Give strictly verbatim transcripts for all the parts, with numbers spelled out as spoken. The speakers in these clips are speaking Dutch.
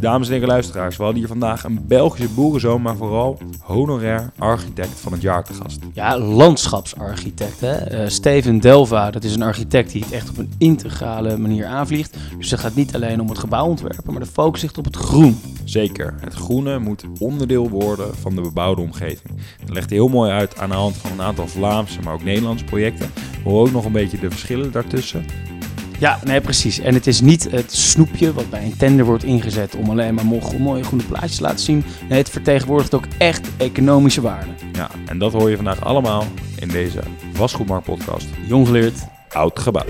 Dames en heren luisteraars, we hadden hier vandaag een Belgische boerenzoon, maar vooral honorair architect van het jaar te gast. Ja, landschapsarchitect. Hè? Uh, Steven Delva, dat is een architect die het echt op een integrale manier aanvliegt. Dus het gaat niet alleen om het gebouw ontwerpen, maar de focus ligt op het groen. Zeker, het groene moet onderdeel worden van de bebouwde omgeving. Dat legt hij heel mooi uit aan de hand van een aantal Vlaamse, maar ook Nederlandse projecten. We horen ook nog een beetje de verschillen daartussen. Ja, nee, precies. En het is niet het snoepje wat bij een tender wordt ingezet om alleen maar mo- mooie groene plaatjes te laten zien. Nee, het vertegenwoordigt ook echt economische waarde. Ja, en dat hoor je vandaag allemaal in deze Vastgoedmarkt podcast. Jong geleerd, Oud gebouw.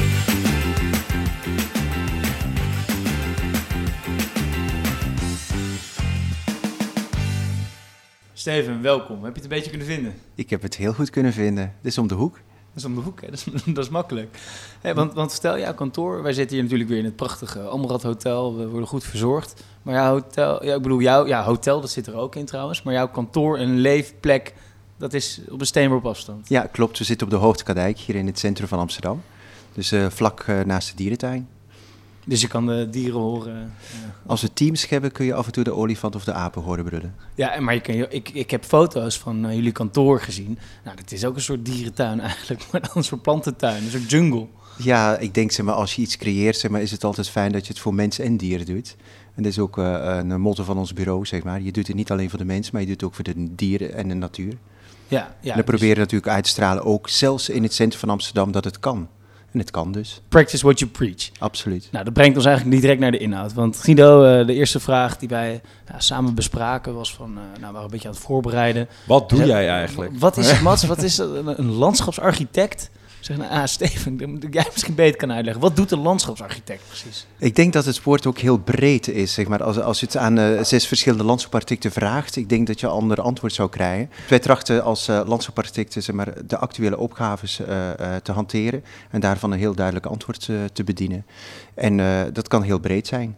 Steven, welkom. Heb je het een beetje kunnen vinden? Ik heb het heel goed kunnen vinden. Dit is om de hoek. Dat is om de hoek, hè? Dat, is, dat is makkelijk. Hey, want, want stel, jouw kantoor, wij zitten hier natuurlijk weer in het prachtige Amrad Hotel. We worden goed verzorgd. Maar jouw hotel, ja, ik bedoel, jouw ja, hotel, dat zit er ook in trouwens. Maar jouw kantoor en leefplek, dat is op een steenworp afstand. Ja, klopt. We zitten op de Hoogtekadijk, hier in het centrum van Amsterdam. Dus uh, vlak uh, naast de dierentuin. Dus je kan de dieren horen. Uh, Als we teams hebben, kun je af en toe de olifant of de apen horen brullen. Ja, maar je kan, ik, ik heb foto's van uh, jullie kantoor gezien. Nou, dat is ook een soort dierentuin eigenlijk, maar dan een soort plantentuin, een soort jungle. Ja, ik denk, zeg maar, als je iets creëert, zeg maar, is het altijd fijn dat je het voor mensen en dieren doet. En dat is ook uh, een motto van ons bureau, zeg maar. Je doet het niet alleen voor de mensen, maar je doet het ook voor de dieren en de natuur. Ja, ja, en we proberen dus natuurlijk uit te stralen, ook zelfs in het centrum van Amsterdam, dat het kan. En het kan dus. Practice what you preach. Absoluut. Nou, dat brengt ons eigenlijk niet direct naar de inhoud. Want Guido, uh, de eerste vraag die wij ja, samen bespraken was van... Uh, nou, we waren een beetje aan het voorbereiden. Wat doe Zeg, jij eigenlijk? Wat is, Mats, wat is een, een landschapsarchitect? Zeg nou, ah, Steven, jij misschien beter kan uitleggen. Wat doet een landschapsarchitect precies? Ik denk dat het woord ook heel breed is. Zeg maar. als, als je het aan uh, zes verschillende landschapsarchitecten vraagt, ik denk dat je een ander antwoord zou krijgen. Wij trachten als uh, landschapsarchitecten, zeg maar, de actuele opgaves uh, uh, te hanteren en daarvan een heel duidelijk antwoord uh, te bedienen. En uh, dat kan heel breed zijn.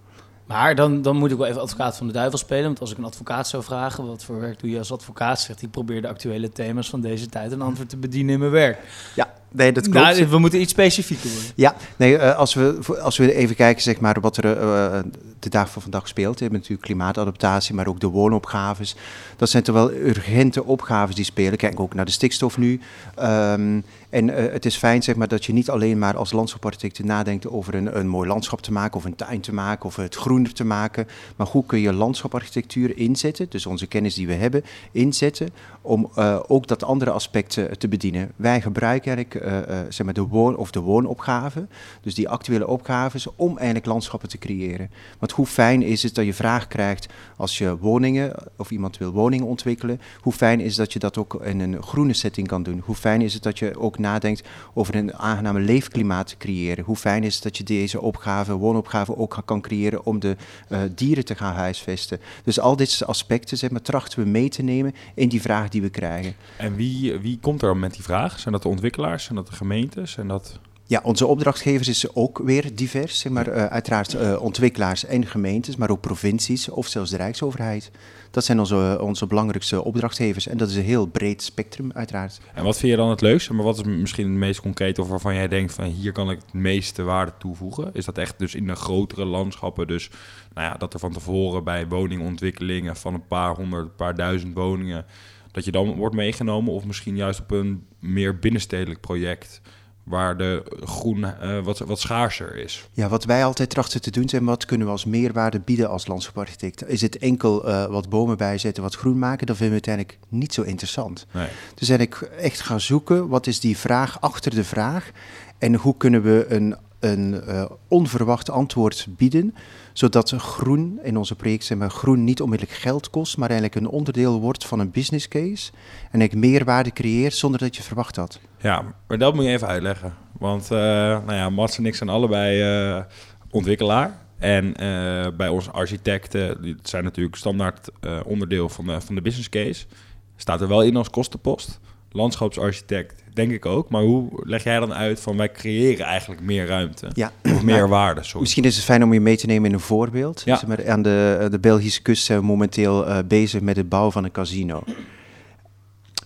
Maar dan, dan moet ik wel even advocaat van de duivel spelen. Want als ik een advocaat zou vragen, wat voor werk doe je als advocaat? Zegt, ik probeer de actuele thema's van deze tijd een antwoord te bedienen in mijn werk. Ja, nee, dat klopt. Nou, we moeten iets specifieker worden. Ja, nee, uh, als, we, als we even kijken, zeg maar, wat er uh, de dag van vandaag speelt. We hebben natuurlijk klimaatadaptatie, maar ook de woonopgaves. Dat zijn toch wel urgente opgaves die spelen. Kijk ook naar de stikstof nu. Um, en uh, het is fijn, zeg maar, dat je niet alleen maar als landschapsarchitect nadenkt over een, een mooi landschap te maken of een tuin te maken of het groener te maken. Maar hoe kun je landschapsarchitectuur inzetten, dus onze kennis die we hebben, inzetten om uh, ook dat andere aspecten te bedienen. Wij gebruiken eigenlijk uh, uh, zeg maar de woon- of de woonopgave, dus die actuele opgaves, om eigenlijk landschappen te creëren. Want hoe fijn is het dat je vraag krijgt als je woningen of iemand wil woningen ontwikkelen, hoe fijn is dat je dat ook in een groene setting kan doen. Hoe fijn is het dat je ook nadenkt over een aangename leefklimaat te creëren. Hoe fijn is het dat je deze opgave, woonopgave ook kan creëren om de uh, dieren te gaan huisvesten. Dus al dit aspecten, zeg maar, trachten we mee te nemen in die vraag die we krijgen. En wie, wie komt er met die vraag? Zijn dat de ontwikkelaars? Zijn dat de gemeentes? Zijn dat... Ja, onze opdrachtgevers is ook weer divers. Zeg maar, uh, uiteraard uh, ontwikkelaars en gemeentes, maar ook provincies of zelfs de Rijksoverheid. Dat zijn onze, onze belangrijkste opdrachtgevers en dat is een heel breed spectrum uiteraard. En wat vind je dan het leukste? Maar wat is misschien het meest concreet of waarvan jij denkt van hier kan ik het meeste waarde toevoegen? Is dat echt dus in de grotere landschappen? Dus nou ja, dat er van tevoren bij woningontwikkelingen van een paar honderd, een paar duizend woningen, dat je dan wordt meegenomen of misschien juist op een meer binnenstedelijk project waar de groen uh, wat, wat schaarser is. Ja, wat wij altijd trachten te doen zijn, wat kunnen we als meerwaarde bieden als landschapsarchitect? Is het enkel uh, wat bomen bijzetten, wat groen maken? Dat vinden we uiteindelijk niet zo interessant. Nee. Dus eigenlijk echt gaan zoeken, wat is die vraag achter de vraag? En hoe kunnen we een, een uh, onverwacht antwoord bieden, zodat groen in onze project, zeg maar, groen niet onmiddellijk geld kost, maar eigenlijk een onderdeel wordt van een business case en eigenlijk meerwaarde creëert zonder dat je verwacht had. Ja, maar dat moet je even uitleggen. Want uh, nou ja, Mats en ik zijn allebei uh, ontwikkelaar. En uh, bij onze architecten, die zijn natuurlijk standaard uh, onderdeel van de, van de business case. Staat er wel in als kostenpost. Landschapsarchitect, denk ik ook. Maar hoe leg jij dan uit van wij creëren eigenlijk meer ruimte? Ja. Of meer waarde, sorry. Misschien is het fijn om je mee te nemen in een voorbeeld. Ja. Zeg maar, aan de, de Belgische kust zijn we momenteel uh, bezig met het bouwen van een casino.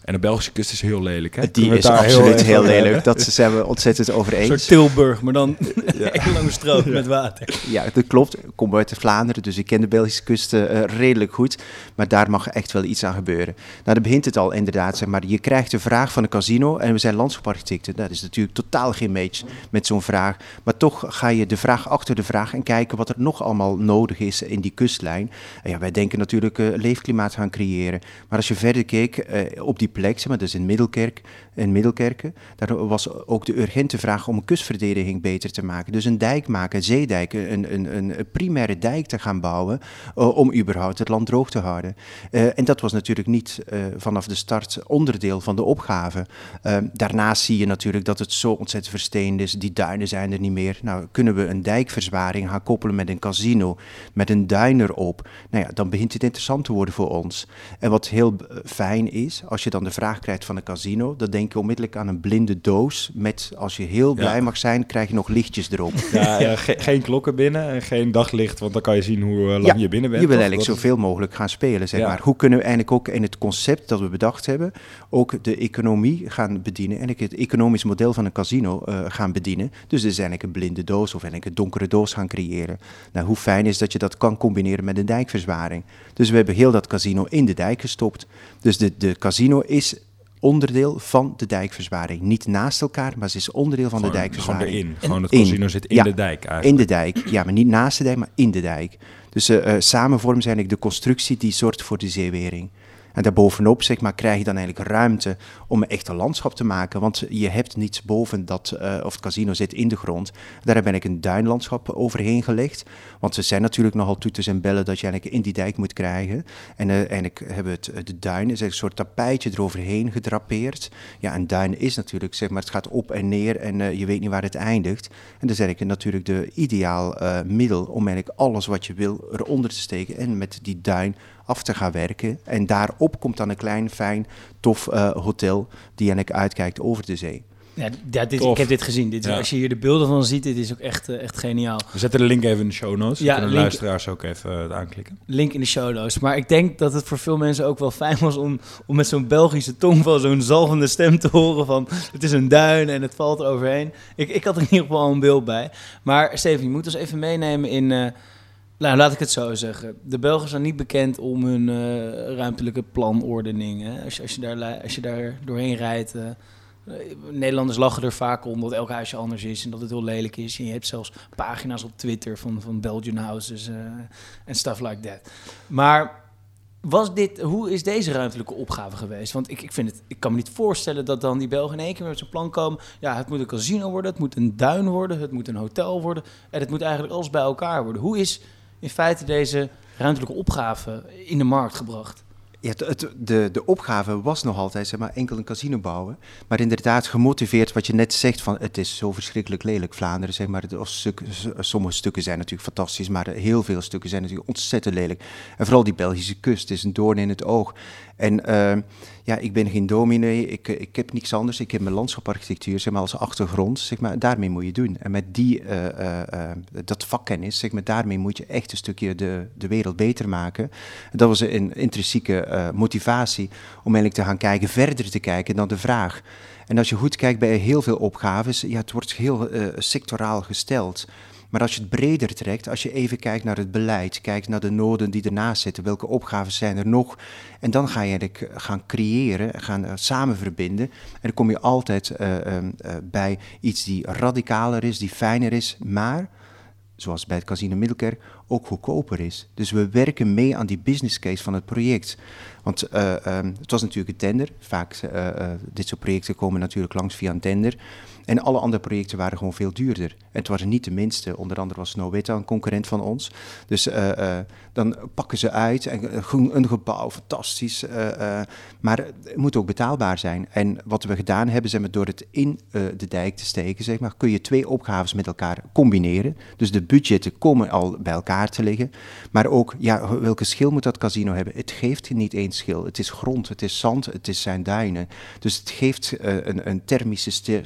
En de Belgische kust is heel lelijk, hè? Die is absoluut heel, heel lelijk. Dat zijn we ontzettend over eens. Een soort Tilburg, maar dan een hele lange strook met water. Ja, dat klopt. Ik kom uit Vlaanderen, dus ik ken de Belgische kust uh, redelijk goed. Maar daar mag echt wel iets aan gebeuren. Nou, dan begint het al inderdaad. Zeg maar, je krijgt de vraag van een casino en we zijn landschaparchitecten. Dat is natuurlijk totaal geen match met zo'n vraag. Maar toch ga je de vraag achter de vraag en kijken wat er nog allemaal nodig is in die kustlijn. En ja, wij denken natuurlijk uh, leefklimaat gaan creëren. Maar als je verder keek uh, op die plek, zeg maar, dus in Middelkerk, in Middelkerken, daar was ook de urgente vraag om een kustverdediging beter te maken. Dus een dijk maken, een zeedijk, een, een, een primaire dijk te gaan bouwen uh, om überhaupt het land droog te houden. Uh, en dat was natuurlijk niet uh, vanaf de start onderdeel van de opgave. Uh, daarnaast zie je natuurlijk dat het zo ontzettend versteend is. Die duinen zijn er niet meer. Nou, kunnen we een dijkverzwaring gaan koppelen met een casino, met een duin erop? Nou ja, dan begint het interessant te worden voor ons. En wat heel fijn is, als je dan de vraag krijgt van een casino, dan denk je onmiddellijk aan een blinde doos met, als je heel blij ja. mag zijn, krijg je nog lichtjes erop. Ja, ja ge- geen klokken binnen en geen daglicht, want dan kan je zien hoe uh, lang ja, je binnen bent. Je wil eigenlijk dat zoveel mogelijk gaan spelen, zeg ja. maar. Hoe kunnen we eigenlijk ook in het concept dat we bedacht hebben, ook de economie gaan bedienen en het economisch model van een casino uh, gaan bedienen. Dus er is eigenlijk een blinde doos of eigenlijk een donkere doos gaan creëren. Nou, hoe fijn is dat je dat kan combineren met een dijkverzwaring. Dus we hebben heel dat casino in de dijk gestopt. Dus de, de casino is onderdeel van de dijkverzwaring. Niet naast elkaar, maar ze is onderdeel van gewoon, de dijkverzwaring. Gewoon erin. Gewoon het casino in. zit in ja, de dijk eigenlijk. In de dijk, ja, maar niet naast de dijk, maar in de dijk. Dus uh, uh, samen vormen ze eigenlijk de constructie die zorgt voor de zeewering. En daarbovenop, zeg maar, krijg je dan eigenlijk ruimte om een echte landschap te maken. Want je hebt niets boven dat, uh, of het casino zit in de grond. Daar heb ik een duinlandschap overheen gelegd. Want er zijn natuurlijk nogal toeters en bellen dat je eigenlijk in die dijk moet krijgen. En uh, eigenlijk hebben we het, de duin, is een soort tapijtje eroverheen gedrapeerd. Ja, een duin is natuurlijk, zeg maar, het gaat op en neer en uh, je weet niet waar het eindigt. En dat is eigenlijk natuurlijk de ideaal uh, middel om eigenlijk alles wat je wil eronder te steken en met die duin af te gaan werken. En daarop komt dan een klein, fijn, tof uh, hotel die eigenlijk uitkijkt over de zee. Ja, ja dit, ik heb dit gezien. Dit, ja. Als je hier de beelden van ziet, dit is ook echt, uh, echt geniaal. We zetten de link even in de show notes. Ja, kunnen de link, luisteraars ook even uh, aanklikken. Link in de show notes. Maar ik denk dat het voor veel mensen ook wel fijn was om, om met zo'n Belgische tongval zo'n zalvende stem te horen van het is een duin en het valt er overheen. Ik, ik had er in ieder geval al een beeld bij. Maar Steven, je moet ons even meenemen in... Uh, Nou, laat ik het zo zeggen. De Belgen zijn niet bekend om hun uh, ruimtelijke planordening. Hè? Als, je, als, je daar, als je daar doorheen rijdt... Uh, Nederlanders lachen er vaak om dat elk huisje anders is en dat het heel lelijk is. En je hebt zelfs pagina's op Twitter van, van Belgian houses en uh, stuff like that. Maar was dit, hoe is deze ruimtelijke opgave geweest? Want ik, ik, vind het, ik kan me niet voorstellen dat dan die Belgen in één keer met zo'n plan komen. Ja, het moet een casino worden, het moet een duin worden, het moet een hotel worden. En het moet eigenlijk alles bij elkaar worden. Hoe is in feite deze ruimtelijke opgave in de markt gebracht? Ja, het, het, de, de opgave was nog altijd, zeg maar, enkel een casino bouwen. Maar inderdaad gemotiveerd wat je net zegt van het is zo verschrikkelijk lelijk Vlaanderen, zeg maar. Of stuk, sommige stukken zijn natuurlijk fantastisch, maar heel veel stukken zijn natuurlijk ontzettend lelijk. En vooral die Belgische kust is een doorn in het oog. En uh, ja, ik ben geen dominee, ik, ik heb niks anders. Ik heb mijn landschaparchitectuur, zeg maar, als achtergrond. Zeg maar, daarmee moet je doen. En met die, uh, uh, uh, dat vakkennis, zeg maar, daarmee moet je echt een stukje de, de wereld beter maken. En dat was een intrinsieke uh, motivatie om eigenlijk te gaan kijken, verder te kijken dan de vraag. En als je goed kijkt bij heel veel opgaves, ja, het wordt heel uh, sectoraal gesteld. Maar als je het breder trekt, als je even kijkt naar het beleid, kijkt naar de noden die ernaast zitten, welke opgaven zijn er nog, en dan ga je eigenlijk gaan creëren, gaan uh, samen verbinden, en dan kom je altijd uh, uh, uh, bij iets die radicaler is, die fijner is, maar, zoals bij het Casino Middelkerk, ook goedkoper is. Dus we werken mee aan die business case van het project. Want uh, um, het was natuurlijk een tender, vaak uh, uh, dit soort projecten komen natuurlijk langs via een tender. En alle andere projecten waren gewoon veel duurder. En het waren niet de minste. Onder andere was Snøhvit een concurrent van ons. Dus uh, uh, dan pakken ze uit. En een gebouw, fantastisch. Uh, uh, maar het moet ook betaalbaar zijn. En wat we gedaan hebben, zeg maar, door het in uh, de dijk te steken, zeg maar, kun je twee opgaves met elkaar combineren. Dus de budgetten komen al bij elkaar te liggen. Maar ook, ja, welke schil moet dat casino hebben? Het geeft niet één schil. Het is grond, het is zand, het is zijn duinen. Dus het geeft uh, een, een thermische schil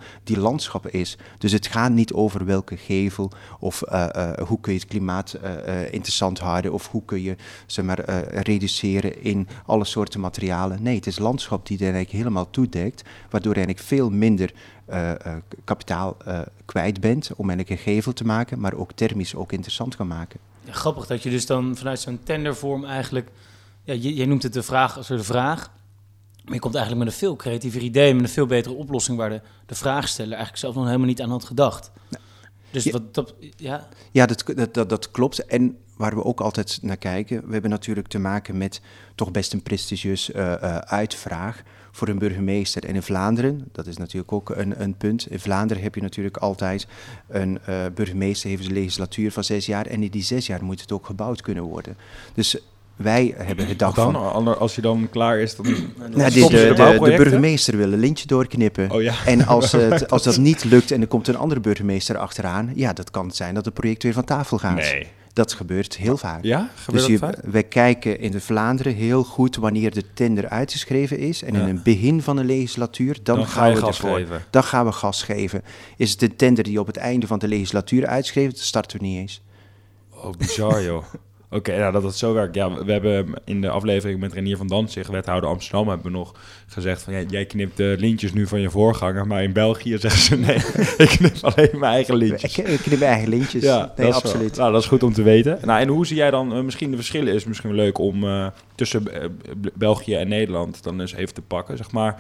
die landschappen is. Dus het gaat niet over welke gevel of uh, uh, hoe kun je het klimaat uh, uh, interessant houden of hoe kun je zeg maar, uh, reduceren in alle soorten materialen. Nee, het is landschap die er eigenlijk helemaal toedekt, waardoor je eigenlijk veel minder uh, uh, kapitaal uh, kwijt bent om eigenlijk een gevel te maken, maar ook thermisch ook interessant kan maken. Ja, grappig dat je dus dan vanuit zo'n tendervorm eigenlijk, ja, jij noemt het de vraag als er de vraag, maar je komt eigenlijk met een veel creatiever idee, met een veel betere oplossing waar de, de vraagsteller eigenlijk zelf nog helemaal niet aan had gedacht. Ja. Dus ja. wat dat, ja. Ja, dat, dat, dat, dat klopt. En waar we ook altijd naar kijken, we hebben natuurlijk te maken met toch best een prestigieus uh, uh, uitvraag voor een burgemeester. En in Vlaanderen, dat is natuurlijk ook een, een punt, in Vlaanderen heb je natuurlijk altijd een uh, burgemeester, heeft een legislatuur van zes jaar en in die zes jaar moet het ook gebouwd kunnen worden. Dus wij hebben gedacht dan, van... Als je dan klaar is, dan... Nou, de, de, de, de burgemeester wil een lintje doorknippen. Oh, ja. En als, het, als dat niet lukt en er komt een andere burgemeester achteraan, ja, dat kan zijn dat het project weer van tafel gaat. Nee. Dat gebeurt heel vaak. Ja, gebeurt dus dat je, vaak? wij kijken in de Vlaanderen heel goed wanneer de tender uitgeschreven is. En ja. in het begin van een legislatuur, dan, dan gaan we gas ervoor. geven. Dan gaan we gas geven. Is het een tender die op het einde van de legislatuur uitgeschreven, dan starten we niet eens. Oh, bizar joh. Oké, okay, nou, dat het zo werkt. Ja, we hebben in de aflevering met Renier van Dantzig, wethouder Amsterdam, hebben we nog gezegd van ja, jij knipt de lintjes nu van je voorganger, maar in België zeggen ze nee, ik knip alleen mijn eigen lintjes. Ik, ik knip mijn eigen lintjes. Ja, nee, dat absoluut. Wel, nou, dat is goed om te weten. Nou, en hoe zie jij dan uh, misschien de verschillen? Is misschien leuk om uh, tussen uh, België en Nederland dan eens even te pakken, zeg maar.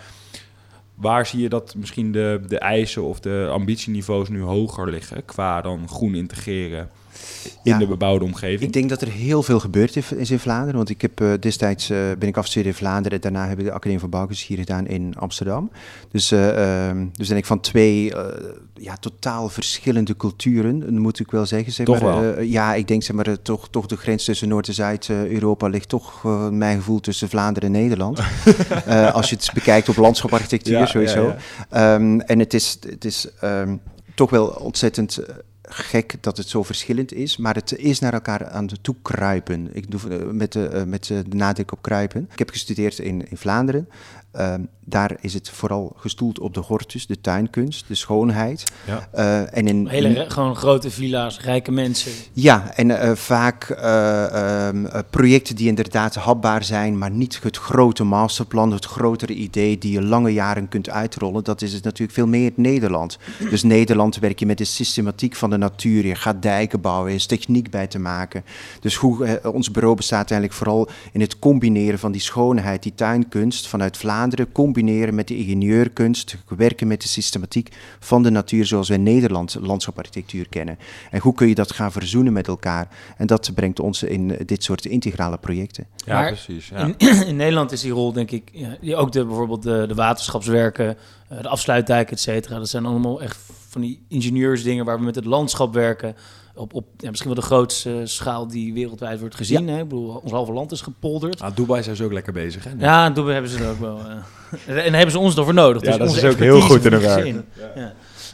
Waar zie je dat misschien de, de eisen of de ambitieniveaus nu hoger liggen qua dan groen integreren in ja, de bebouwde omgeving? Ik denk dat er heel veel gebeurd is in Vlaanderen. Want ik heb uh, destijds uh, ben ik afgestudeerd in Vlaanderen. En daarna heb ik de Academie van Bouwkunst hier gedaan in Amsterdam. Dus, uh, um, dus ben ik van twee uh, ja, totaal verschillende culturen, moet ik wel zeggen. Zeg toch maar, wel? Uh, ja, ik denk zeg maar, uh, toch, toch de grens tussen Noord- en Zuid-Europa uh, ligt toch, uh, mijn gevoel, tussen Vlaanderen en Nederland. uh, als je het bekijkt op landschaparchitectuur ja, sowieso. Ja, ja. Um, en het is, het is um, toch wel ontzettend... Uh, gek dat het zo verschillend is, maar het is naar elkaar aan het toekruipen. Ik doe uh, met, de, uh, met uh, de nadruk op kruipen. Ik heb gestudeerd in, in Vlaanderen. Uh, daar is het vooral gestoeld op de hortus, de tuinkunst, de schoonheid. Ja. Uh, en in, Hele re- gewoon grote villa's, rijke mensen. Ja, en uh, vaak uh, um, uh, projecten die inderdaad hapbaar zijn, maar niet het grote masterplan, het grotere idee die je lange jaren kunt uitrollen. Dat is het natuurlijk veel meer in Nederland. Dus Nederland werk je met de systematiek van de natuur. Je gaat dijken bouwen, er is techniek bij te maken. Dus hoe, uh, ons bureau bestaat eigenlijk vooral in het combineren van die schoonheid, die tuinkunst vanuit Vlaanderen, combineren met de ingenieurkunst, werken met de systematiek van de natuur zoals wij Nederland landschaparchitectuur kennen. En hoe kun je dat gaan verzoenen met elkaar? En dat brengt ons in dit soort integrale projecten. Ja, maar precies. Ja. In, in Nederland is die rol, denk ik, ja, ook de, bijvoorbeeld de, de waterschapswerken, de afsluitdijk, et cetera. Dat zijn allemaal echt van die ingenieursdingen waar we met het landschap werken. Op, op ja, misschien wel de grootste schaal die wereldwijd wordt gezien. Ja. Hè? Ik bedoel, ons halve land is gepolderd. Ah, Dubai zijn ze ook lekker bezig, hè? Ja, Dubai hebben ze er ook wel. Uh, en hebben ze ons ervoor nodig. Ja, dus dat onze is ook heel goed in elkaar. Ja. Ja.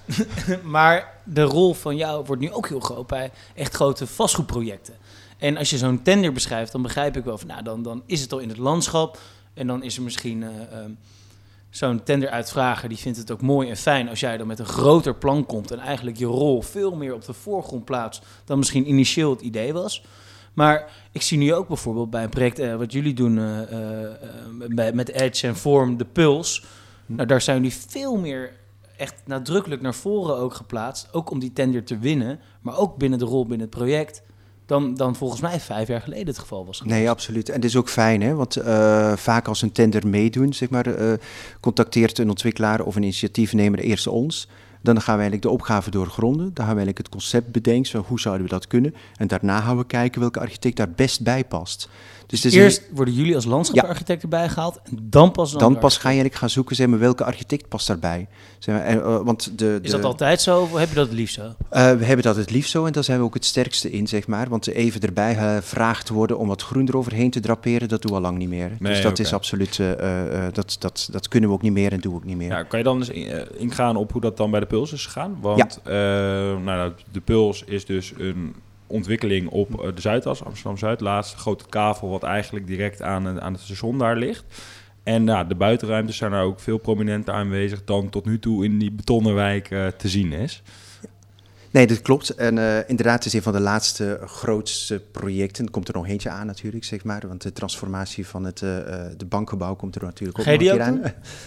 Maar de rol van jou wordt nu ook heel groot bij echt grote vastgoedprojecten. En als je zo'n tender beschrijft, dan begrijp ik wel van, nou, dan, dan is het al in het landschap. En dan is er misschien uh, um, zo'n tenderuitvrager, die vindt het ook mooi en fijn als jij dan met een groter plan komt en eigenlijk je rol veel meer op de voorgrond plaatst dan misschien initieel het idee was. Maar ik zie nu ook bijvoorbeeld bij een project uh, wat jullie doen uh, uh, bij, met Edge en Form, de Puls. Nou, daar zijn jullie veel meer echt nadrukkelijk naar voren ook geplaatst. Ook om die tender te winnen, maar ook binnen de rol binnen het project. Dan, dan volgens mij vijf jaar geleden het geval was geweest. Nee, absoluut. En het is ook fijn, hè? Want uh, vaak als een tender meedoen, zeg maar, uh, contacteert een ontwikkelaar of een initiatiefnemer eerst ons. Dan gaan we eigenlijk de opgave doorgronden. Dan gaan we eigenlijk het concept bedenken, zo, hoe zouden we dat kunnen. En daarna gaan we kijken welke architect daar best bij past. Dus dus eerst een... worden jullie als landschapsarchitecten ja. bijgehaald en dan pas dan, dan pas ga je eigenlijk gaan zoeken, zeg maar, welke architect past daarbij. Zeg maar, en, uh, want de, de, is dat altijd zo of heb je dat het liefst zo? Uh, we hebben dat het liefst zo en daar zijn we ook het sterkste in, zeg maar. Want even erbij gevraagd uh, worden om wat groen eroverheen te draperen, dat doen we al lang niet meer. Nee, dus dat okay. is absoluut, uh, uh, dat, dat, dat kunnen we ook niet meer en doen we ook niet meer. Ja, kan je dan eens in, uh, ingaan op hoe dat dan bij de Puls is gegaan? Want ja. uh, nou, de Puls is dus een ontwikkeling op uh, de Zuidas, Amsterdam-Zuid, laatste grote kavel wat eigenlijk direct aan, aan het station daar ligt. En nou, de buitenruimtes zijn daar ook veel prominenter aanwezig dan tot nu toe in die betonnen wijk uh, te zien is. Nee, dat klopt. En uh, inderdaad, het is een van de laatste grootste projecten. Er komt er nog eentje aan natuurlijk, zeg maar. Want de transformatie van het uh, de bankgebouw komt er natuurlijk ook nog een keer aan.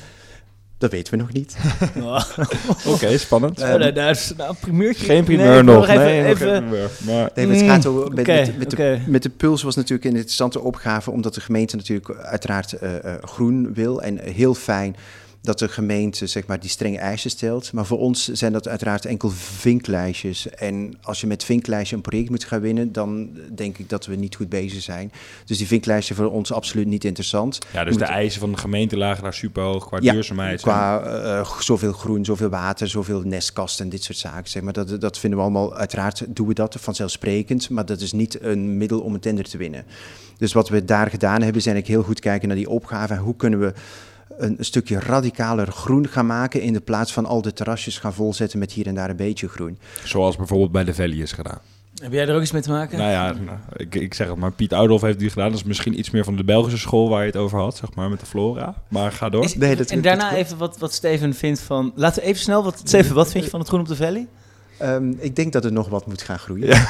Dat weten we nog niet. Oh. Oké, okay, spannend. Um, oh, daar is nou, een primeurtje. Geen primeur nee, nog. Even, nee, even, nog primeur. Maar... Nee, het gaat over, met, okay, met, met, okay. de, met de Puls was natuurlijk een interessante opgave, omdat de gemeente natuurlijk uiteraard uh, uh, groen wil. En uh, heel fijn dat de gemeente zeg maar, die strenge eisen stelt. Maar voor ons zijn dat uiteraard enkel vinklijstjes. En als je met vinklijstje een project moet gaan winnen, dan denk ik dat we niet goed bezig zijn. Dus die vinklijstje voor ons absoluut niet interessant. Ja, dus de eisen van de gemeente lagen daar super hoog qua ja, duurzaamheid. Qua uh, zoveel groen, zoveel water, zoveel nestkasten en dit soort zaken. Zeg maar. dat, dat vinden we allemaal, uiteraard doen we dat vanzelfsprekend. Maar dat is niet een middel om een tender te winnen. Dus wat we daar gedaan hebben, is eigenlijk heel goed kijken naar die opgave. En hoe kunnen we een stukje radicaler groen gaan maken in de plaats van al de terrasjes gaan volzetten met hier en daar een beetje groen. Zoals bijvoorbeeld bij de Valley is gedaan. Heb jij er ook iets mee te maken? Nou ja, nou, ik, ik zeg het maar, Piet Oudolf heeft die gedaan. Dat is misschien iets meer van de Belgische school waar je het over had, zeg maar, met de Flora. Maar ga door. Is, nee, dat en daarna dat even wat, wat Steven vindt van... Laten we even snel, wat, Steven, wat vind je van het groen op de Valley? Um, ik denk dat er nog wat moet gaan groeien. Ja.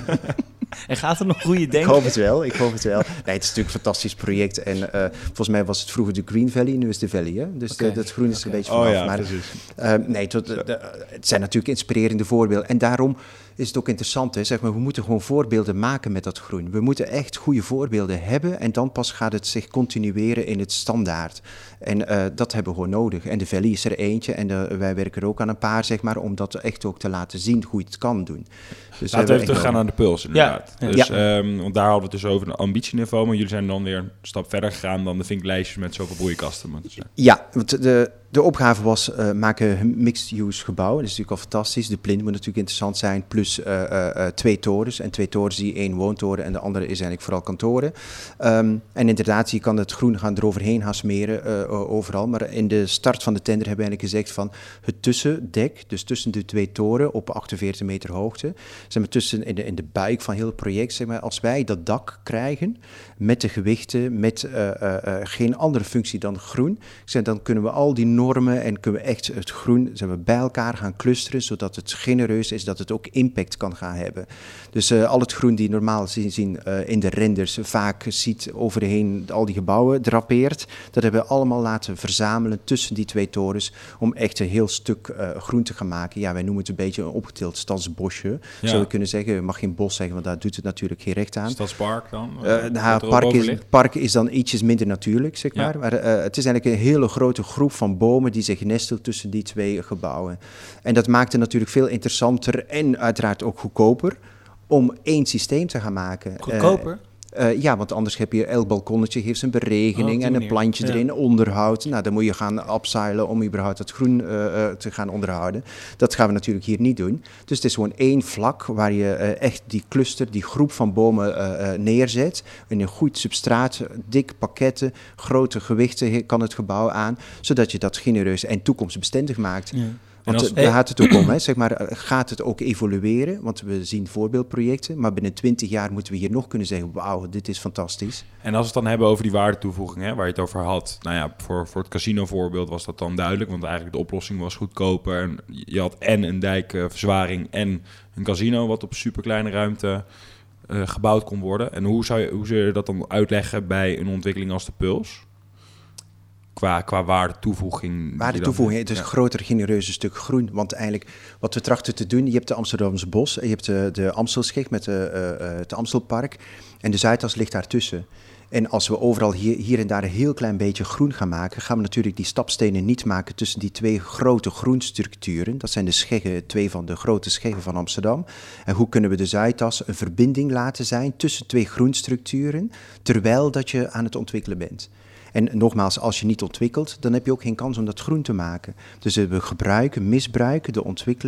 En gaat er nog groeien, denk ik? hoop het wel, ik hoop het wel. Nee, het is natuurlijk een fantastisch project. En uh, volgens mij was het vroeger de Green Valley, nu is de Valley. Hè? Dus okay. de, dat groen is okay. een beetje vanaf. Oh ja, maar, precies. Uh, nee, tot, de, de, het zijn natuurlijk inspirerende voorbeelden. En daarom is het ook interessant. Hè? Zeg maar, we moeten gewoon voorbeelden maken met dat groen. We moeten echt goede voorbeelden hebben. En dan pas gaat het zich continueren in het standaard. En uh, dat hebben we gewoon nodig. En de Valley is er eentje. En de, wij werken er ook aan een paar, zeg maar, om dat echt ook te laten zien hoe je het kan doen. Dus laten we even teruggaan naar de Puls, inderdaad. Ja. Dus, ja. Um, want daar hadden we het dus over een ambitieniveau. Maar jullie zijn dan weer een stap verder gegaan dan de vinklijstjes met zoveel broeikasten. Maar dus, uh. Ja, want de, de opgave was uh, maken een mixed-use gebouw. Dat is natuurlijk al fantastisch. De plint moet natuurlijk interessant zijn. Plus uh, uh, uh, twee torens. En twee torens, die één woontoren en de andere is eigenlijk vooral kantoren. Um, en inderdaad, je kan het groen gaan eroverheen gaan smeren uh, overal. Maar in de start van de tender hebben we eigenlijk gezegd van het tussendek, dus tussen de twee toren op achtenveertig meter hoogte, zeg maar tussen in de, in de buik van heel het project, zeg maar, als wij dat dak krijgen met de gewichten, met uh, uh, uh, geen andere functie dan groen, zeg, dan kunnen we al die normen en kunnen we echt het groen zeg maar, bij elkaar gaan clusteren, zodat het genereus is, dat het ook impact kan gaan hebben. Dus uh, al het groen die normaal zien, zien uh, in de renders vaak ziet overheen al die gebouwen drapeert, dat hebben we allemaal laten verzamelen tussen die twee torens om echt een heel stuk uh, groen te gaan maken. Ja, wij noemen het een beetje een opgetild stadsbosje. Ja. Zou je kunnen zeggen, je mag geen bos zeggen, want daar doet het natuurlijk geen recht aan. Stadspark dan? Uh, nou, park is, park is dan ietsjes minder natuurlijk, zeg maar. Ja. Maar uh, het is eigenlijk een hele grote groep van bomen die zich nestelt tussen die twee gebouwen. En dat maakt het natuurlijk veel interessanter en uiteraard ook goedkoper om één systeem te gaan maken. Goedkoper? Uh, Uh, ja, want anders heb je elk balkonnetje geeft een beregening oh, en een plantje ja. erin, onderhoud. Nou, dan moet je gaan upsilen om überhaupt het groen uh, uh, te gaan onderhouden. Dat gaan we natuurlijk hier niet doen. Dus het is gewoon één vlak waar je uh, echt die cluster, die groep van bomen uh, uh, neerzet. In een goed substraat, dik pakketten, grote gewichten kan het gebouw aan, zodat je dat genereus en toekomstbestendig maakt. Ja. Want als, daar gaat het ook om, hè. Zeg maar, gaat het ook evolueren? Want we zien voorbeeldprojecten, maar binnen twintig jaar moeten we hier nog kunnen zeggen, wauw, dit is fantastisch. En als we het dan hebben over die waardetoevoeging, hè, waar je het over had. Nou ja, voor, voor het casino voorbeeld was dat dan duidelijk, want eigenlijk de oplossing was goedkoper. En je had en een dijkverzwaring en een casino, wat op superkleine ruimte uh, gebouwd kon worden. En hoe zou je, hoe zou je dat dan uitleggen bij een ontwikkeling als de Puls? Qua, qua waardetoevoeging. Waardetoevoeging, het is ja. een groter, genereuze stuk groen. Want eigenlijk, wat we trachten te doen, je hebt de Amsterdamse Bos, je hebt de, de Amstelschik met de, uh, het Amstelpark en de Zuidas ligt daartussen. En als we overal hier, hier en daar een heel klein beetje groen gaan maken, gaan we natuurlijk die stapstenen niet maken tussen die twee grote groenstructuren. Dat zijn de scheggen, twee van de grote scheggen van Amsterdam. En hoe kunnen we de Zuidas een verbinding laten zijn tussen twee groenstructuren, terwijl dat je aan het ontwikkelen bent. En nogmaals, als je niet ontwikkelt, dan heb je ook geen kans om dat groen te maken. Dus we gebruiken, misbruiken de ontwikkeling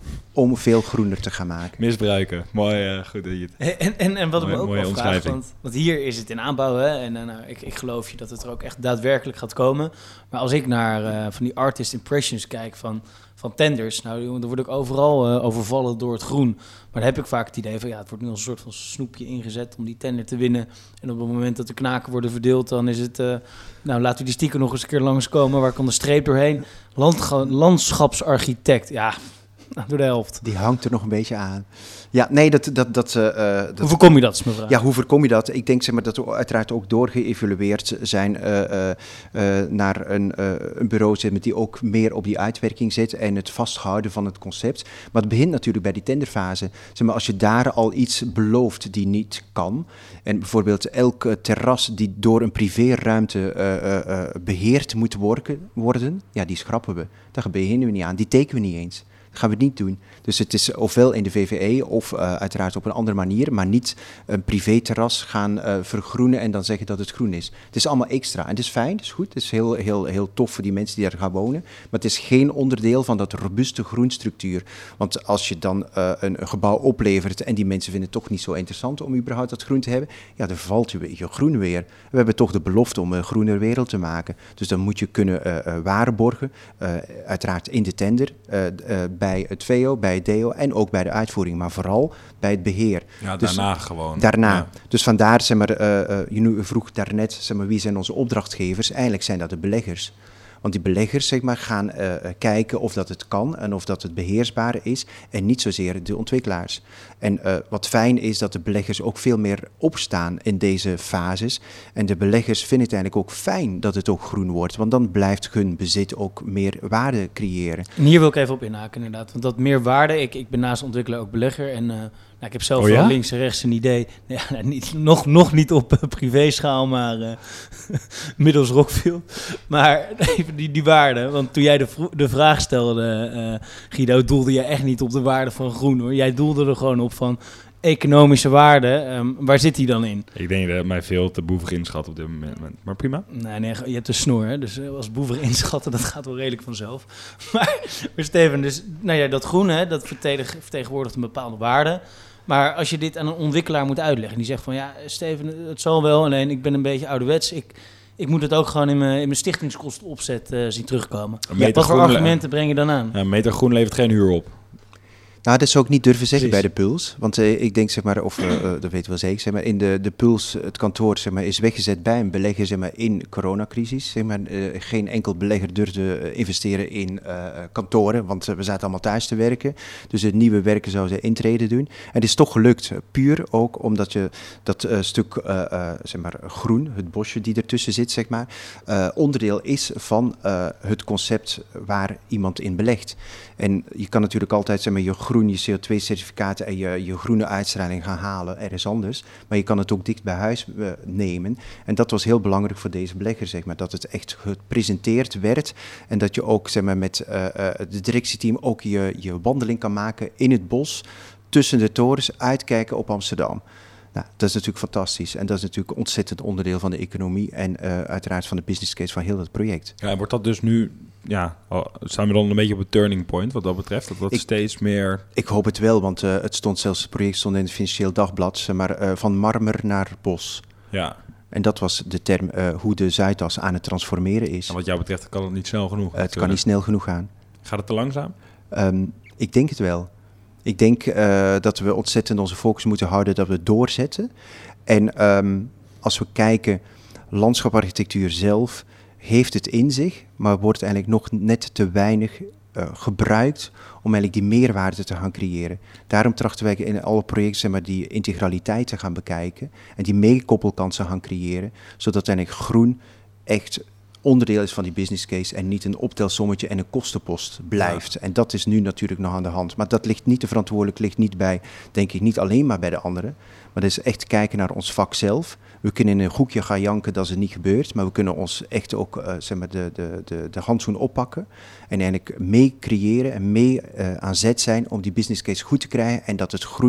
om veel groener te gaan maken. Misbruiken. Mooi, uh, goed dat je het... En, en, en wat ik me ook wel vraag, want, want hier is het in aanbouw, hè, en uh, nou, ik, ik geloof je dat het er ook echt daadwerkelijk gaat komen. Maar als ik naar uh, van die artist impressions kijk van, van tenders, nou, dan word ik overal uh, overvallen door het groen. Maar dan heb ik vaak het idee van, ja, het wordt nu als een soort van snoepje ingezet om die tender te winnen. En op het moment dat de knaken worden verdeeld, dan is het, uh, nou, laten we die sticker nog eens een keer langskomen. Waar kan de streep doorheen? Landga- landschapsarchitect, ja... Nou, door de helft. Die hangt er nog een beetje aan. Ja, nee, dat... dat, dat, uh, dat hoe voorkom je dat, is mijn vraag. Ja, hoe voorkom je dat? Ik denk zeg maar, dat we uiteraard ook doorgeëvalueerd zijn uh, uh, uh, naar een, uh, een bureau zit die ook meer op die uitwerking zit en het vasthouden van het concept. Maar het begint natuurlijk bij die tenderfase. Zeg maar, als je daar al iets belooft die niet kan, en bijvoorbeeld elk uh, terras die door een privéruimte uh, uh, uh, beheerd moet worden, worden, ja, die schrappen we. Daar beginnen we niet aan. Die tekenen we niet eens. Dat gaan we niet doen. Dus het is ofwel in de V V E of uh, uiteraard op een andere manier, maar niet een privéterras gaan uh, vergroenen en dan zeggen dat het groen is. Het is allemaal extra en het is fijn, het is goed, het is heel, heel, heel tof voor die mensen die daar gaan wonen, maar het is geen onderdeel van dat robuuste groenstructuur. Want als je dan uh, een, een gebouw oplevert en die mensen vinden het toch niet zo interessant om überhaupt dat groen te hebben, ja, dan valt je, je groen weer. We hebben toch de belofte om een groenere wereld te maken. Dus dan moet je kunnen uh, uh, waarborgen, uh, uiteraard in de tender, uh, uh, bij het V O, bij het D O en ook bij de uitvoering, maar vooral bij het beheer. Ja, dus daarna gewoon. Daarna. Ja. Dus vandaar, zeg maar, uh, uh, je vroeg daarnet, zeg maar, wie zijn onze opdrachtgevers? Eigenlijk zijn dat de beleggers. Want die beleggers, zeg maar, gaan uh, kijken of dat het kan en of dat het beheersbaar is en niet zozeer de ontwikkelaars. En uh, wat fijn is dat de beleggers ook veel meer opstaan in deze fases. En de beleggers vinden het eigenlijk ook fijn dat het ook groen wordt, want dan blijft hun bezit ook meer waarde creëren. En hier wil ik even op inhaken inderdaad, want dat meer waarde, ik, ik ben naast ontwikkelaar ook belegger en... Uh, Nou, ik heb zelf oh, ja? wel links en rechts een idee. Ja, nou, niet, nog, nog niet op uh, privéschaal, maar uh, middels Rockfield. Maar even die, die waarde. Want toen jij de, vro- de vraag stelde, uh, Guido, doelde je echt niet op de waarde van groen, hoor. Jij doelde er gewoon op van economische waarde. Um, waar zit die dan in? Ik denk dat mij veel te boevig inschat op dit moment. Maar prima. Nee, nee, je hebt een snor, hè? Dus uh, als boevig inschatten, dat gaat wel redelijk vanzelf. Maar, maar Steven, dus, nou ja, dat groen, hè, dat vertegenwoordigt een bepaalde waarde. Maar als je dit aan een ontwikkelaar moet uitleggen, die zegt van ja, Steven, het zal wel, alleen ik ben een beetje ouderwets. Ik, ik moet het ook gewoon in mijn, in mijn stichtingskosten opzet uh, zien terugkomen. Ja, wat voor argumenten breng je dan aan? Ja, een meter groen levert geen huur op. Nou, dat zou ik niet durven zeggen Precies. bij de Puls. Want uh, ik denk, zeg maar, of uh, uh, dat weten we wel zeker, zeg maar, in de, de Puls, het kantoor, zeg maar, is weggezet bij een belegger, zeg maar, in coronacrisis. Zeg maar, uh, geen enkel belegger durfde uh, investeren in uh, kantoren, want uh, we zaten allemaal thuis te werken. Dus het nieuwe werken zou ze intreden doen. En het is toch gelukt, uh, puur ook omdat je dat uh, stuk, uh, uh, zeg maar, groen, het bosje die ertussen zit, zeg maar, uh, onderdeel is van uh, het concept waar iemand in belegt. En je kan natuurlijk altijd, zeg maar, je groen, je C O twee certificaten en je, je groene uitstraling gaan halen ergens anders. Maar je kan het ook dicht bij huis uh, nemen. En dat was heel belangrijk voor deze belegger, zeg maar, dat het echt gepresenteerd werd. En dat je ook, zeg maar, met uh, uh, het directieteam ook je, je wandeling kan maken in het bos, tussen de torens, uitkijken op Amsterdam. Nou, dat is natuurlijk fantastisch. En dat is natuurlijk een ontzettend onderdeel van de economie en uh, uiteraard van de business case van heel het project. Ja, en wordt dat dus nu, ja, staan we dan een beetje op een turning point wat dat betreft? Dat dat ik, steeds meer... Ik hoop het wel, want uh, het stond zelfs, het project stond in het Financieel Dagblad, maar uh, van marmer naar bos. Ja. En dat was de term uh, hoe de Zuidas aan het transformeren is. En wat jou betreft kan het niet snel genoeg. Uh, het kan niet snel genoeg gaan. Gaat het te langzaam? Um, ik denk het wel. Ik denk uh, dat we ontzettend onze focus moeten houden dat we doorzetten. En um, als we kijken, landschaparchitectuur zelf heeft het in zich, maar wordt eigenlijk nog net te weinig uh, gebruikt om eigenlijk die meerwaarde te gaan creëren. Daarom trachten wij in alle projecten, zeg maar, die integraliteit te gaan bekijken en die meekoppelkansen gaan creëren, zodat eigenlijk groen echt onderdeel is van die business case en niet een optelsommetje en een kostenpost blijft. Ja. En dat is nu natuurlijk nog aan de hand. Maar dat ligt niet, de verantwoordelijk ligt niet bij, denk ik, niet alleen maar bij de anderen. Maar dat is echt kijken naar ons vak zelf. We kunnen in een hoekje gaan janken dat het niet gebeurt, maar we kunnen ons echt ook uh, zeg maar de, de, de, de handzoen oppakken en eigenlijk mee creëren en mee uh, aan zet zijn om die business case goed te krijgen en dat het groen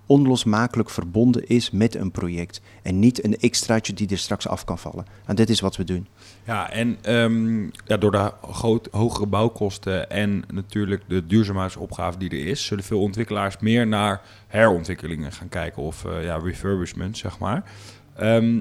onlosmakelijk verbonden is met een project. En niet een extraatje die er straks af kan vallen. En dit is wat we doen. Ja, en um, ja, door de groot, hogere bouwkosten en natuurlijk de duurzaamheidsopgave die er is, zullen veel ontwikkelaars meer naar herontwikkelingen gaan kijken of uh, ja, refurbishment, zeg maar. Um,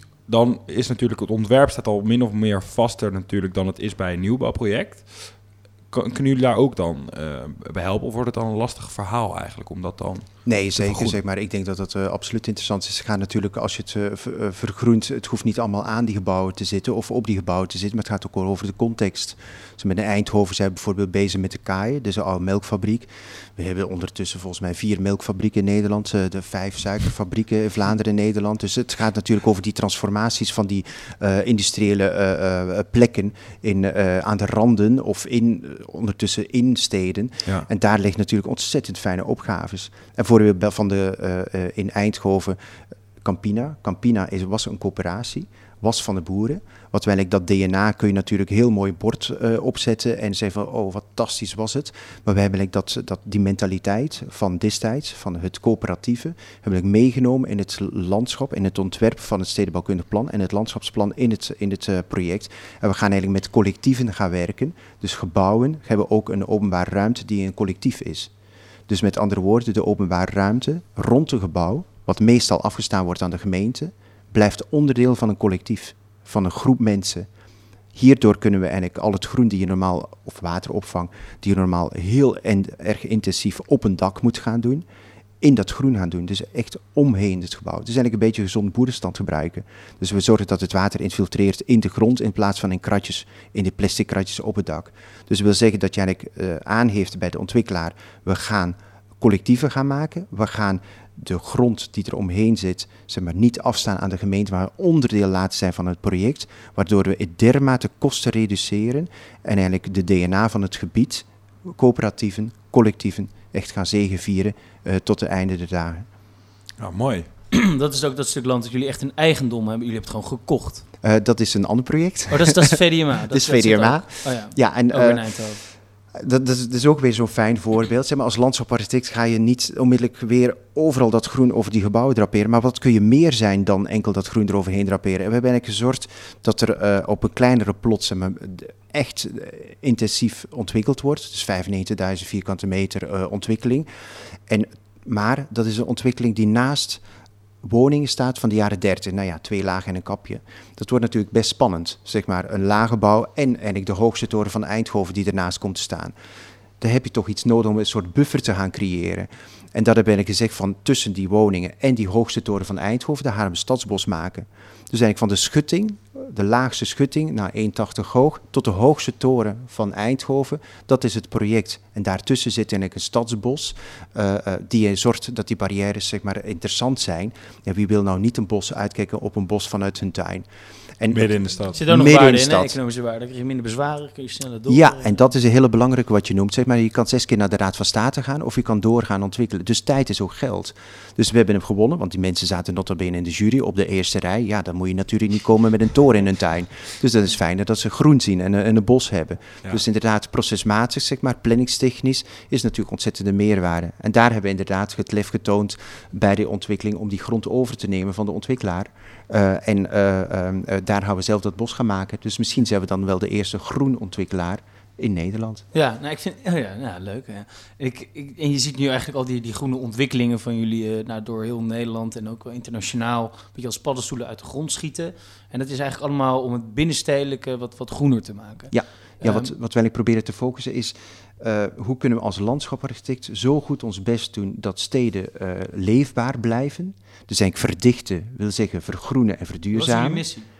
dan is natuurlijk het ontwerp staat al min of meer vaster natuurlijk dan het is bij een nieuwbouwproject. Kunnen jullie daar ook dan uh, bij helpen? Of wordt het dan een lastig verhaal eigenlijk om dat dan... Nee, zeker. Zeg maar. Ik denk dat dat uh, absoluut interessant is. Het gaat natuurlijk, als je het uh, ver, uh, vergroent, het hoeft niet allemaal aan die gebouwen te zitten of op die gebouwen te zitten, maar het gaat ook over de context. Dus met de Eindhoven zijn we bijvoorbeeld bezig met de Kaaien, dus een oude melkfabriek. We hebben ondertussen volgens mij vier melkfabrieken in Nederland, uh, de vijf suikerfabrieken in Vlaanderen en Nederland. Dus het gaat natuurlijk over die transformaties van die uh, industriële uh, uh, plekken in, uh, aan de randen of in, uh, ondertussen in steden. Ja. En daar liggen natuurlijk ontzettend fijne opgaves. En voorbeeld van de, uh, uh, in Eindhoven, Campina. Campina is, was een coöperatie, was van de boeren. Wat wij dat D N A kun je natuurlijk heel mooi bord uh, opzetten en zeggen van, oh, wat fantastisch was het. Maar we hebben dat, dat, die mentaliteit van destijds, van het coöperatieve, hebben we meegenomen in het landschap, in het ontwerp van het stedenbouwkundig plan en het landschapsplan in het, in het uh, project. En we gaan eigenlijk met collectieven gaan werken. Dus gebouwen hebben ook een openbare ruimte die een collectief is. Dus met andere woorden, de openbare ruimte rond een gebouw, wat meestal afgestaan wordt aan de gemeente, blijft onderdeel van een collectief, van een groep mensen. Hierdoor kunnen we eigenlijk al het groen die je normaal, of wateropvang, die je normaal heel en, erg intensief op een dak moet gaan doen, in dat groen gaan doen. Dus echt omheen het gebouw. Het is eigenlijk een beetje gezond boerenstand gebruiken. Dus we zorgen dat het water infiltreert in de grond in plaats van in kratjes, in de plastic kratjes op het dak. Dus dat wil zeggen dat je eigenlijk uh, aangeeft bij de ontwikkelaar, we gaan collectieven gaan maken, we gaan de grond die er omheen zit, zeg maar, niet afstaan aan de gemeente, maar onderdeel laten zijn van het project, waardoor we het dermate kosten reduceren en eigenlijk de D N A van het gebied, coöperatieven, collectieven, echt gaan zegevieren uh, tot het einde der dagen. Ja, mooi. Dat is ook dat stuk land dat jullie echt een eigendom hebben. Jullie hebben het gewoon gekocht. Uh, dat is een ander project. Oh, dat is, dat is V D M A. Dat, dat is V D M A. Oh ja, ja en, over in uh, Eindhoven. Dat, dat, is, dat is ook weer zo'n fijn voorbeeld. Zeg maar, als landschapsarchitect ga je niet onmiddellijk weer overal dat groen over die gebouwen draperen. Maar wat kun je meer zijn dan enkel dat groen eroverheen draperen? En we hebben eigenlijk gezorgd dat er uh, op een kleinere plot zeg maar, echt uh, intensief ontwikkeld wordt. Dus vijfennegentigduizend vierkante meter uh, ontwikkeling. En, maar dat is een ontwikkeling die naast woningen staat van de jaren dertig. Nou ja, twee lagen en een kapje. Dat wordt natuurlijk best spannend. Zeg maar een lage bouw en eigenlijk de hoogste toren van Eindhoven die ernaast komt te staan. Daar heb je toch iets nodig om een soort buffer te gaan creëren. En dat heb ik gezegd van tussen die woningen en die hoogste toren van Eindhoven, daar gaan we een stadsbos maken. Dus eigenlijk van de schutting, de laagste schutting, naar één komma tachtig hoog, tot de hoogste toren van Eindhoven. Dat is het project. En daartussen zit eigenlijk een stadsbos, uh, uh, die zorgt dat die barrières zeg maar, interessant zijn. Ja, wie wil nou niet een bos uitkijken op een bos vanuit hun tuin? En midden in de stad. Er zit ook nog waarde in, hè? Economische waarde. Dan krijg je minder bezwaren, kun je sneller door. Ja, en dat is een hele belangrijke wat je noemt. Zeg maar, je kan zes keer naar de Raad van State gaan of je kan doorgaan ontwikkelen. Dus tijd is ook geld. Dus we hebben hem gewonnen, want die mensen zaten nota bene in de jury op de eerste rij. Ja, dan moet je natuurlijk niet komen met een toren in hun tuin. Dus dat is fijner dat ze groen zien en, en een bos hebben. Ja. Dus inderdaad, procesmatig, zeg maar, planningstechnisch, is natuurlijk ontzettende meerwaarde. En daar hebben we inderdaad het lef getoond bij de ontwikkeling om die grond over te nemen van de ontwikkelaar. Uh, en uh, uh, uh, daar gaan we zelf dat bos gaan maken. Dus misschien zijn we dan wel de eerste groenontwikkelaar in Nederland. Ja, nou, ik vind, oh ja, nou, leuk. Hè. Ik, ik, en je ziet nu eigenlijk al die, die groene ontwikkelingen van jullie uh, nou, door heel Nederland en ook wel internationaal, een beetje als paddenstoelen uit de grond schieten. En dat is eigenlijk allemaal om het binnenstedelijke wat, wat groener te maken. Ja, ja um, wat, wat wij proberen te focussen is, uh, hoe kunnen we als landschapsarchitect zo goed ons best doen dat steden uh, leefbaar blijven. Dus eigenlijk verdichten, wil zeggen vergroenen en verduurzamen. Wat is jullie missie?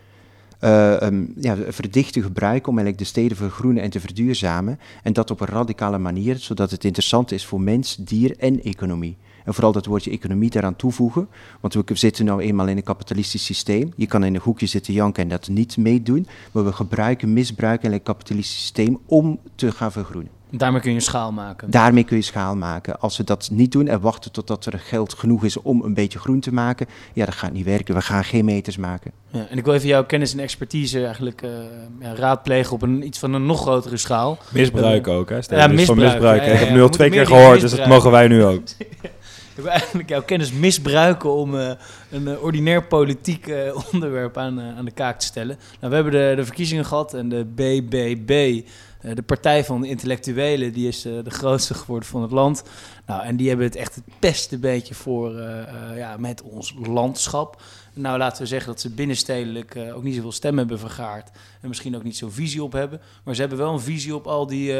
Uh, um, ja, verdichten gebruiken om eigenlijk de steden vergroenen en te verduurzamen. En dat op een radicale manier, zodat het interessant is voor mens, dier en economie. En vooral dat woordje economie daaraan toevoegen. Want we zitten nou eenmaal in een kapitalistisch systeem. Je kan in een hoekje zitten janken en dat niet meedoen. Maar we gebruiken, misbruiken het kapitalistisch systeem om te gaan vergroenen. Daarmee kun je schaal maken. Daarmee kun je schaal maken. Als we dat niet doen en wachten totdat er geld genoeg is om een beetje groen te maken, ja, dat gaat niet werken. We gaan geen meters maken. Ja, en ik wil even jouw kennis en expertise eigenlijk uh, ja, raadplegen op een iets van een nog grotere schaal. Misbruik uh, ook, hè? Stel, ja, dus misbruik. Van misbruik. Ja, ja, ja, ik heb nu al twee keer gehoord, dus dat mogen wij nu ook. We hebben eigenlijk jouw kennis misbruiken om uh, een uh, ordinair politiek uh, onderwerp aan, uh, aan de kaak te stellen. Nou, we hebben de, de verkiezingen gehad en de B B B, uh, de Partij van de Intellectuelen, die is uh, de grootste geworden van het land. Nou, en die hebben het echt het beste beetje voor uh, uh, ja, met ons landschap. Nou, laten we zeggen dat ze binnenstedelijk uh, ook niet zoveel stemmen hebben vergaard. En misschien ook niet zo'n visie op hebben. Maar ze hebben wel een visie op al die,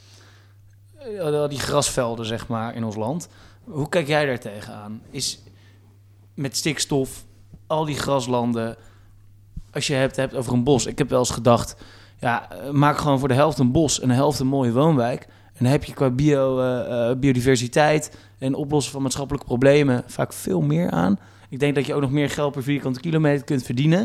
uh, al die grasvelden, zeg maar, in ons land. Hoe kijk jij daar tegenaan? Is met stikstof, al die graslanden, als je het hebt over een bos. Ik heb wel eens gedacht, ja, maak gewoon voor de helft een bos en de helft een mooie woonwijk. En dan heb je qua bio, uh, biodiversiteit en oplossen van maatschappelijke problemen vaak veel meer aan. Ik denk dat je ook nog meer geld per vierkante kilometer kunt verdienen.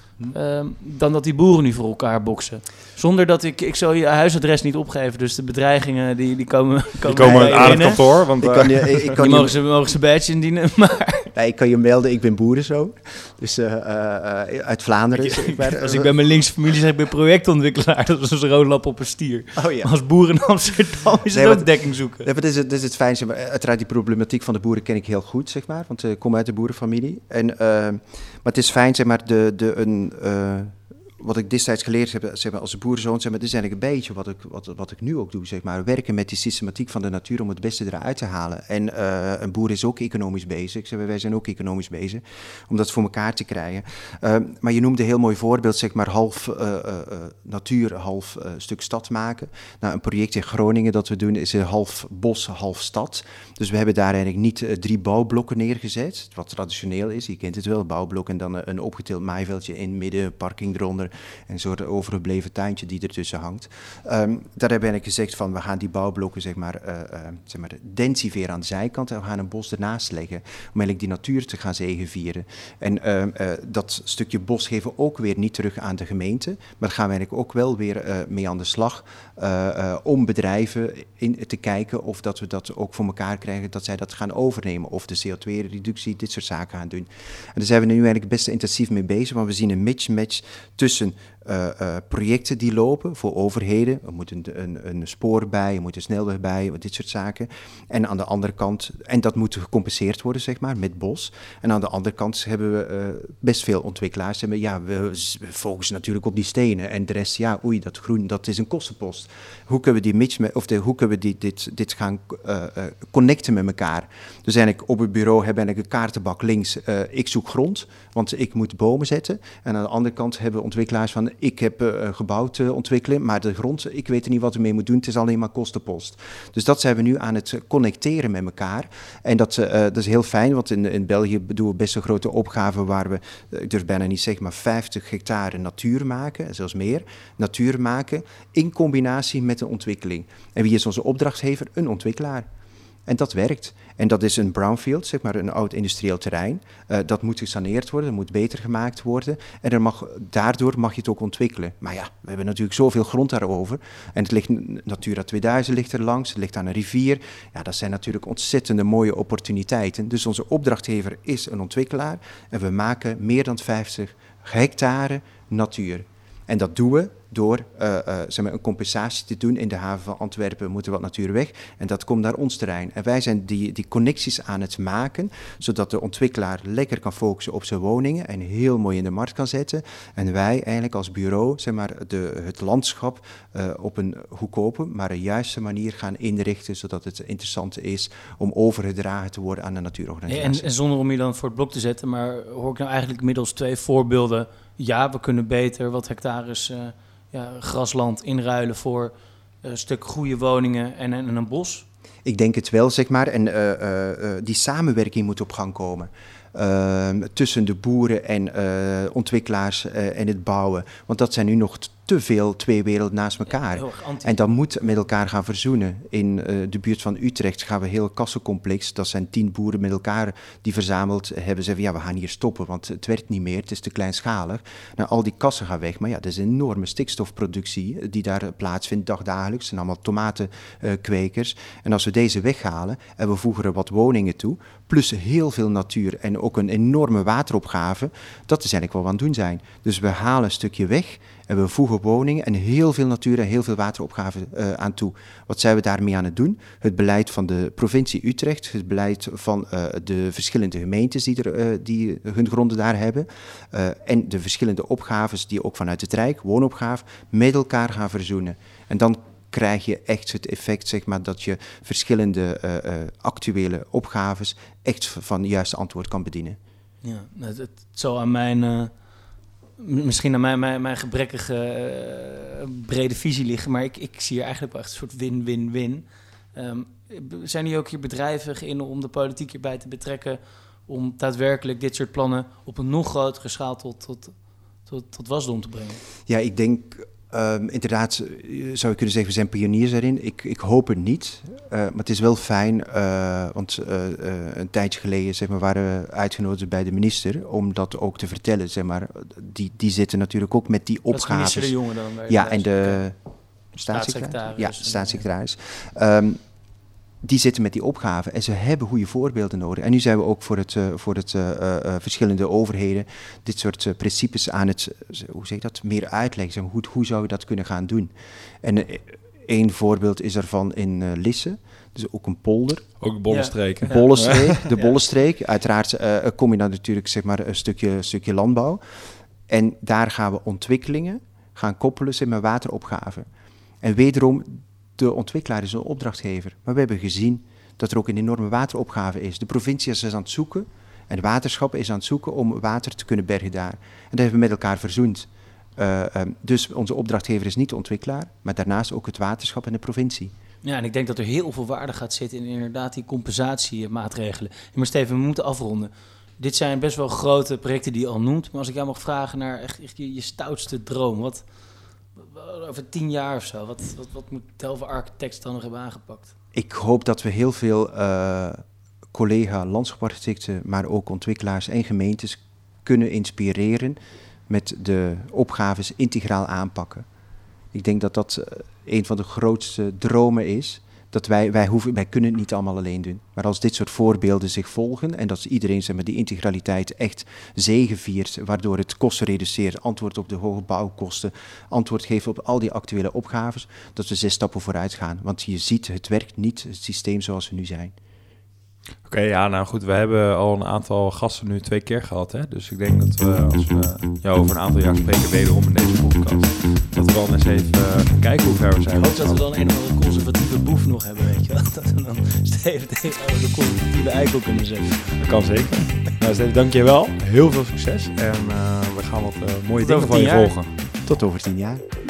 Uh, dan dat die boeren nu voor elkaar boksen. Zonder dat ik... Ik zal je huisadres niet opgeven. Dus de bedreigingen die, die komen... komen die komen aan het kantoor. Want, ik kan je, ik, ik kan die je, mogen, ze, mogen ze badge indienen. Maar... Nee, ik kan je melden, ik ben boerenzoon. Dus uh, uh, uit Vlaanderen. Ik, maar, als ik bij mijn linkse familie zeg, ik ben projectontwikkelaar. Dat is een rode lap op een stier. Oh, ja. Als boer in Amsterdam is nee, het ook dekking zoeken. Nee, dat, is het, dat is het fijn. Zeg maar, uiteraard die problematiek van de boeren ken ik heel goed, zeg maar. Want ik kom uit de boerenfamilie. En, uh, maar het is fijn, zeg maar, de, de, een... Uh, wat ik destijds geleerd heb, zeg maar, als boerenzoon, zeg maar, dit is eigenlijk een beetje wat ik, wat, wat ik nu ook doe, zeg maar. Werken met die systematiek van de natuur om het beste eruit te halen. En uh, een boer is ook economisch bezig. Zeg maar, wij zijn ook economisch bezig om dat voor elkaar te krijgen. Uh, maar je noemde een heel mooi voorbeeld, zeg maar, half uh, uh, natuur, half uh, stuk stad maken. Nou, een project in Groningen dat we doen is uh, half bos, half stad. Dus we hebben daar eigenlijk niet uh, drie bouwblokken neergezet, wat traditioneel is. Je kent het wel, bouwblok en dan uh, een opgetild maaiveldje in midden, parking eronder. Een soort overgebleven tuintje die ertussen hangt. Um, daar hebben we gezegd van, we gaan die bouwblokken, zeg maar, uh, uh, zeg maar, densiveren aan de zijkant en we gaan een bos ernaast leggen, om eigenlijk die natuur te gaan zegevieren. En uh, uh, dat stukje bos geven we ook weer niet terug aan de gemeente, maar daar gaan we eigenlijk ook wel weer uh, mee aan de slag, uh, uh, om bedrijven in te kijken of dat we dat ook voor elkaar krijgen, dat zij dat gaan overnemen, of de C O twee reductie, dit soort zaken gaan doen. En daar zijn we nu eigenlijk best intensief mee bezig, want we zien een mismatch tussen Uh, uh, projecten die lopen voor overheden. Er moet een, een, een spoor bij, er moet een snelweg bij, dit soort zaken. En aan de andere kant, en dat moet gecompenseerd worden, zeg maar, met bos. En aan de andere kant hebben we uh, best veel ontwikkelaars. En we, ja, we, we focussen natuurlijk op die stenen. En de rest, ja, oei, dat groen, dat is een kostenpost. Hoe kunnen we, die match met, of de, hoe kunnen we die, dit, dit gaan uh, uh, connecten met elkaar? Dus eigenlijk op het bureau hebben we eigenlijk een kaartenbak links. Uh, ik zoek grond, want ik moet bomen zetten. En aan de andere kant hebben we ontwikkelaars van, ik heb uh, gebouw te ontwikkelen, maar de grond, ik weet er niet wat we mee moeten doen, het is alleen maar kostenpost. Dus dat zijn we nu aan het connecteren met elkaar. En dat, uh, dat is heel fijn, want in, in België doen we best een grote opgave waar we, uh, ik durf bijna niet zeggen, maar vijftig hectare natuur maken, zelfs meer, natuur maken, in combinatie met een ontwikkeling. En wie is onze opdrachtgever? Een ontwikkelaar. En dat werkt. En dat is een brownfield, zeg maar een oud industrieel terrein. Uh, dat moet gesaneerd worden, dat moet beter gemaakt worden. En er mag, daardoor mag je het ook ontwikkelen. Maar ja, we hebben natuurlijk zoveel grond daarover. En het ligt, Natura tweeduizend ligt er langs, het ligt aan een rivier. Ja, dat zijn natuurlijk ontzettende mooie opportuniteiten. Dus onze opdrachtgever is een ontwikkelaar. En we maken meer dan vijftig hectare natuur. En dat doen we door uh, uh, zeg maar een compensatie te doen. In de haven van Antwerpen moet er wat natuur weg. En dat komt naar ons terrein. En wij zijn die, die connecties aan het maken, zodat de ontwikkelaar lekker kan focussen op zijn woningen en heel mooi in de markt kan zetten. En wij eigenlijk als bureau, zeg maar, de, het landschap uh, op een goedkope, maar een juiste manier gaan inrichten, zodat het interessant is om overgedragen te worden aan de natuurorganisatie. En, en zonder om je dan voor het blok te zetten, maar hoor ik nou eigenlijk middels twee voorbeelden, ja, we kunnen beter wat hectares uh, ja, grasland inruilen voor een stuk goede woningen en, en een bos? Ik denk het wel, zeg maar. En uh, uh, uh, die samenwerking moet op gang komen. Uh, tussen de boeren en uh, ontwikkelaars uh, en het bouwen. Want dat zijn nu nog t- te veel twee werelden naast elkaar. Ja, en dat moet met elkaar gaan verzoenen. In uh, de buurt van Utrecht gaan we een heel kassencomplex. Dat zijn tien boeren met elkaar die verzameld hebben. Zeggen, ja, we gaan hier stoppen, want het werkt niet meer. Het is te kleinschalig. Nou, al die kassen gaan weg. Maar ja, dat is een enorme stikstofproductie die daar plaatsvindt dagdagelijks. Het zijn allemaal tomatenkwekers. Uh, en als we deze weghalen en we voegen er wat woningen toe, plus heel veel natuur en ook een enorme wateropgave, dat is eigenlijk wat we aan het doen zijn. Dus we halen een stukje weg En we voegen woningen en heel veel natuur en heel veel wateropgave uh, aan toe. Wat zijn we daarmee aan het doen? Het beleid van de provincie Utrecht, het beleid van uh, de verschillende gemeentes die, er, uh, die hun gronden daar hebben, uh, en de verschillende opgaves die ook vanuit het Rijk, woonopgave, met elkaar gaan verzoenen. En dan krijg je echt het effect, zeg maar, dat je verschillende uh, uh, actuele opgaves echt van het juiste antwoord kan bedienen. Ja, het, het zal aan mijn, uh, misschien aan mijn, mijn, mijn gebrekkige uh, brede visie liggen, maar ik, ik zie hier eigenlijk wel echt een soort win-win-win. Um, zijn hier ook hier bedrijven in om de politiek hierbij te betrekken om daadwerkelijk dit soort plannen op een nog grotere schaal tot, tot, tot, tot wasdom te brengen? Ja, ik denk... Um, inderdaad, zou je kunnen zeggen, we zijn pioniers daarin. Ik, ik hoop het niet, uh, maar het is wel fijn, uh, want uh, uh, een tijdje geleden zeg maar, waren we uitgenodigd bij de minister om dat ook te vertellen. Zeg maar. die, die zitten natuurlijk ook met die opgaves. Dat is minister De Jonge dan? Ja, en de staatssecretaris. Ja, staatssecretaris. Um, die zitten met die opgaven en ze hebben goede voorbeelden nodig. En nu zijn we ook voor het, uh, voor het uh, uh, verschillende overheden dit soort uh, principes aan het, uh, hoe zeg je dat, meer uitleggen. Zeg maar, hoe, hoe zou je dat kunnen gaan doen? En uh, één voorbeeld is ervan in uh, Lisse, dus ook een polder. Ook een bollenstreek. Ja. Bollenstreek, de bollenstreek. Uiteraard uh, kom je dan natuurlijk zeg maar, een stukje, stukje landbouw. En daar gaan we ontwikkelingen gaan koppelen zeg maar, wateropgave. En wederom, de ontwikkelaar is een opdrachtgever. Maar we hebben gezien dat er ook een enorme wateropgave is. De provincie is aan het zoeken en de waterschap is aan het zoeken om water te kunnen bergen daar. En dat hebben we met elkaar verzoend. Uh, um, dus onze opdrachtgever is niet de ontwikkelaar, maar daarnaast ook het waterschap en de provincie. Ja, en ik denk dat er heel veel waarde gaat zitten in inderdaad die compensatiemaatregelen. Maar Steven, we moeten afronden. Dit zijn best wel grote projecten die je al noemt. Maar als ik jou mag vragen naar echt, echt je, je stoutste droom. Wat, over tien jaar of zo, wat, wat, wat moet Delve Architects dan nog hebben aangepakt? Ik hoop dat we heel veel uh, collega landschapsarchitecten, maar ook ontwikkelaars en gemeentes kunnen inspireren met de opgaves integraal aanpakken. Ik denk dat dat uh, een van de grootste dromen is. Dat wij, wij, hoeven, wij kunnen het niet allemaal alleen doen. Maar als dit soort voorbeelden zich volgen en dat iedereen zeg maar, die integraliteit echt zegeviert, waardoor het kosten reduceert, antwoord op de hoge bouwkosten, antwoord geeft op al die actuele opgaves, dat we zes stappen vooruit gaan. Want je ziet, het werkt niet, het systeem zoals we nu zijn. Oké, okay, ja, nou goed, we hebben al een aantal gasten nu twee keer gehad, hè? Dus ik denk dat we, als we jou over een aantal jaar spreken, wederom in deze podcast, dat we dan eens even uh, gaan kijken hoe ver we zijn. Ik hoop dat we dan een of andere conservatieve boef nog hebben, weet je wel. Dat we dan Steven tegenover de conservatieve eikel kunnen zetten. Dat kan zeker. Nou Steven, dank je wel. Heel veel succes en uh, we gaan wat uh, mooie Tot dingen van je jaar. volgen. Tot over tien jaar.